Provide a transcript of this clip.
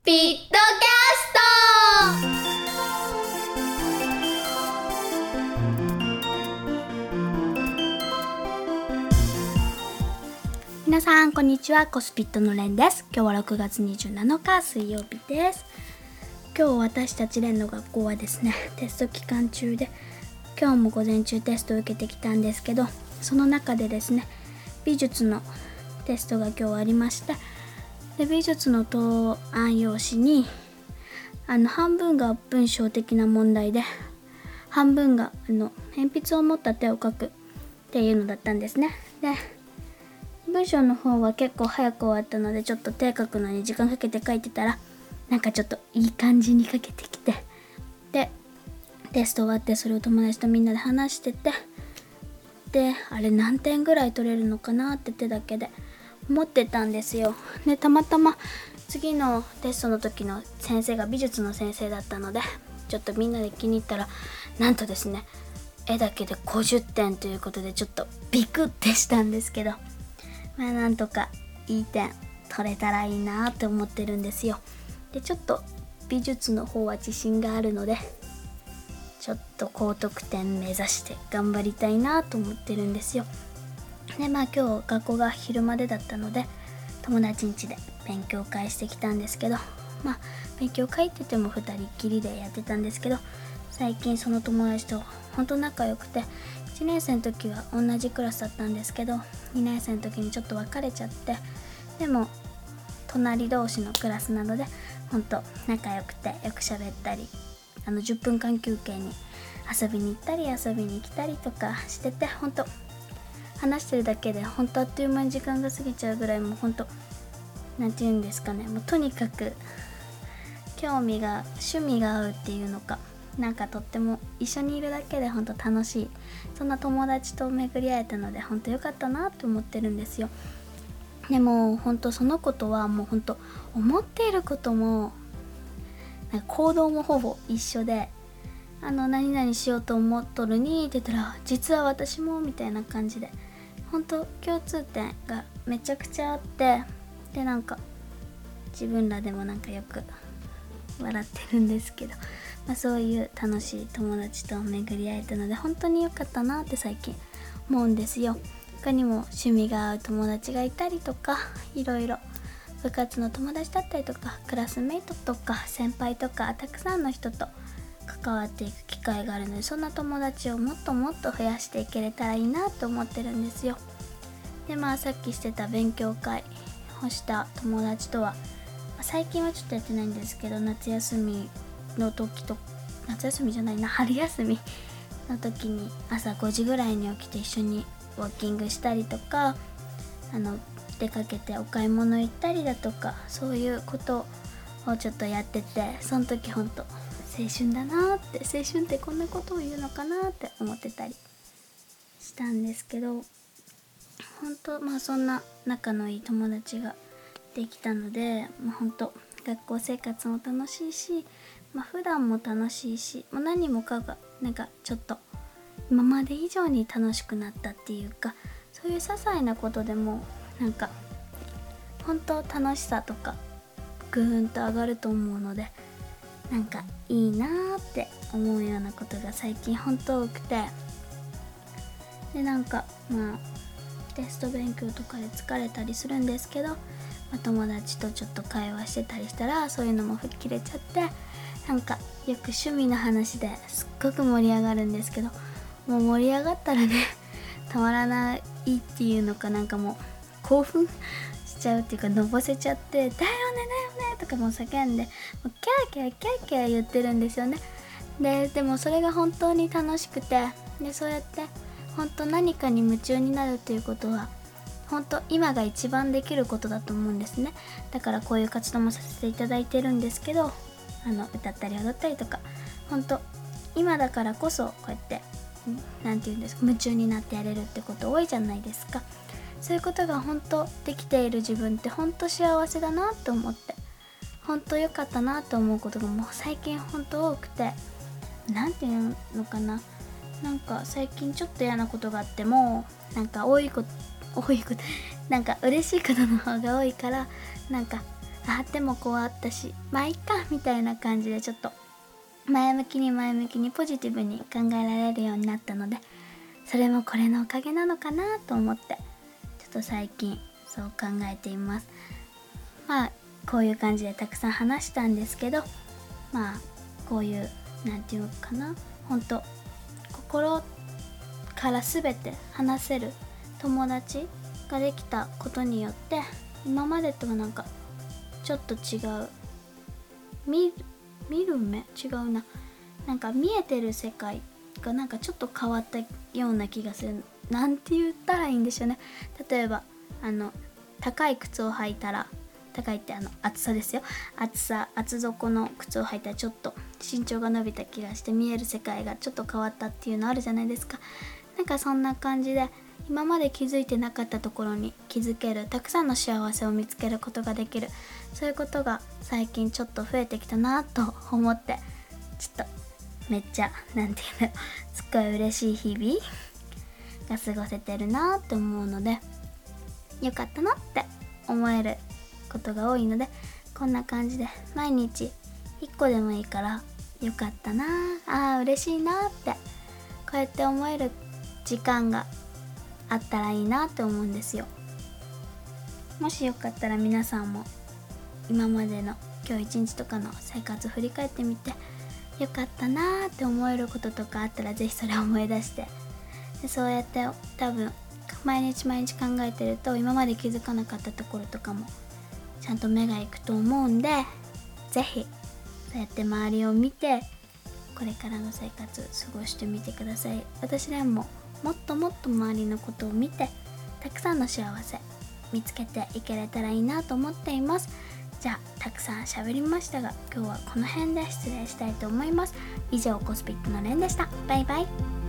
ピットキャスト。皆さんこんにちは、コスピットのレンです。今日は6月27日水曜日です。今日私たちレンの学校はですね、テスト期間中で、今日も午前中テストを受けてきたんですけど、その中でですね、美術のテストが今日ありました。で、美術の答案用紙に半分が文章的な問題で、半分が鉛筆を持った手を書くっていうのだったんですね。で、文章の方は結構早く終わったので、ちょっと手書くのに時間かけて書いてたら、なんかちょっといい感じに書けてきて、でテスト終わってそれを友達とみんなで話してて、であれ何点ぐらい取れるのかなって手だけで思ってたんですよ。でたまたま次のテストの時の先生が美術の先生だったので、ちょっとみんなで気に入ったら、なんとですね、絵だけで50点ということで、ちょっとビクってしたんですけど、なんとかいい点取れたらいいなって思ってるんですよ。でちょっと美術の方は自信があるので、ちょっと高得点目指して頑張りたいなと思ってるんですよ。で今日学校が昼までだったので、友達ん家で勉強会してきたんですけど、勉強会って言っても2人っきりでやってたんですけど、最近その友達と本当仲良くて、1年生の時は同じクラスだったんですけど、2年生の時にちょっと別れちゃって、でも隣同士のクラスなので本当仲良くて、よく喋ったり、10分間休憩に遊びに行ったり遊びに来たりとかしてて、本当話してるだけで本当あっという間に時間が過ぎちゃうぐらい、もう本当なんていうんですかね、もうとにかく趣味が合うっていうのか、なんかとっても一緒にいるだけで本当楽しい、そんな友達と巡り会えたので本当良かったなと思ってるんですよ。でも本当そのことはもう本当思っていることも行動もほぼ一緒で、何々しようと思っとるにって言ったら、実は私もみたいな感じで、本当共通点がめちゃくちゃあって、でなんか自分らでもなんかよく笑ってるんですけど、そういう楽しい友達と巡り会えたので本当に良かったなって最近思うんですよ。他にも趣味が合う友達がいたりとか、いろいろ部活の友達だったりとか、クラスメイトとか先輩とか、たくさんの人と関わっていく機会があるので、そんな友達をもっともっと増やしていけれたらいいなと思ってるんですよ。でさっきしてた勉強会をした友達とは、最近はちょっとやってないんですけど、夏休みの時と、夏休みじゃないな、春休みの時に朝5時ぐらいに起きて一緒にウォーキングしたりとか、出かけてお買い物行ったりだとか、そういうことをちょっとやってて、その時ほんと青春だなって、青春ってこんなことを言うのかなって思ってたりしたんですけど、本当そんな仲のいい友達ができたので、本当学校生活も楽しいし、普段も楽しいし、何もかがなんかちょっと今まで以上に楽しくなったっていうか、そういう些細なことでもなんか本当楽しさとかぐーんと上がると思うので、なんかいいなーって思うようなことが最近本当多くて、でなんかテスト勉強とかで疲れたりするんですけど、友達とちょっと会話してたりしたら、そういうのも吹っ切れちゃって、なんかよく趣味の話ですっごく盛り上がるんですけど、もう盛り上がったらねたまらないっていうのか、なんかもう興奮しちゃうっていうか、のぼせちゃって、だよねだよねとかもう叫んで、もうキャーキャーキャーキャー言ってるんですよね。でもそれが本当に楽しくて、でそうやって本当何かに夢中になるっていうことは本当今が一番できることだと思うんですね。だからこういう活動もさせていただいてるんですけど、歌ったり踊ったりとか、本当今だからこそこうやってなんていうんですか、夢中になってやれるってこと多いじゃないですか。そういうことが本当できている自分って本当幸せだなと思って、本当良かったなと思うことがもう最近本当多くて、なんていうのかな、なんか最近ちょっと嫌なことがあっても、なんか多いことなんか嬉しいことの方が多いから、なんかでもこうあったしまあいっかみたいな感じで、ちょっと前向きにポジティブに考えられるようになったので、それもこれのおかげなのかなと思って、ちょっと最近そう考えています。こういう感じでたくさん話したんですけど、こういうなんていうのかな、本当心から全て話せる友達ができたことによって、今までとはなんかちょっと違う、見る目違うな、なんか見えてる世界がなんかちょっと変わったような気がする。なんて言ったらいいんでしょうね。例えば高い靴を履いたら、高いって厚さですよ、厚底の靴を履いたらちょっと身長が伸びた気がして、見える世界がちょっと変わったっていうのあるじゃないですか。なんかそんな感じで、今まで気づいてなかったところに気づける、たくさんの幸せを見つけることができる、そういうことが最近ちょっと増えてきたなと思って、ちょっとめっちゃなんていうの、すっごい嬉しい日々が過ごせてるなって思うので、よかったなって思えることが多いので、こんな感じで毎日1個でもいいからよかったな、嬉しいなってこうやって思える時間があったらいいなって思うんですよ。もしよかったら皆さんも今までの今日一日とかの生活振り返ってみて、よかったなって思えることとかあったらぜひそれを思い出して、でそうやって多分毎日考えてると、今まで気づかなかったところとかもちゃんと目がいくと思うんで、ぜひそうやって周りを見てこれからの生活過ごしてみてください。私らももっと周りのことを見て、たくさんの幸せ見つけていけれたらいいなと思っています。じゃあたくさん喋りましたが、今日はこの辺で失礼したいと思います。以上コスピットのレンでした。バイバイ。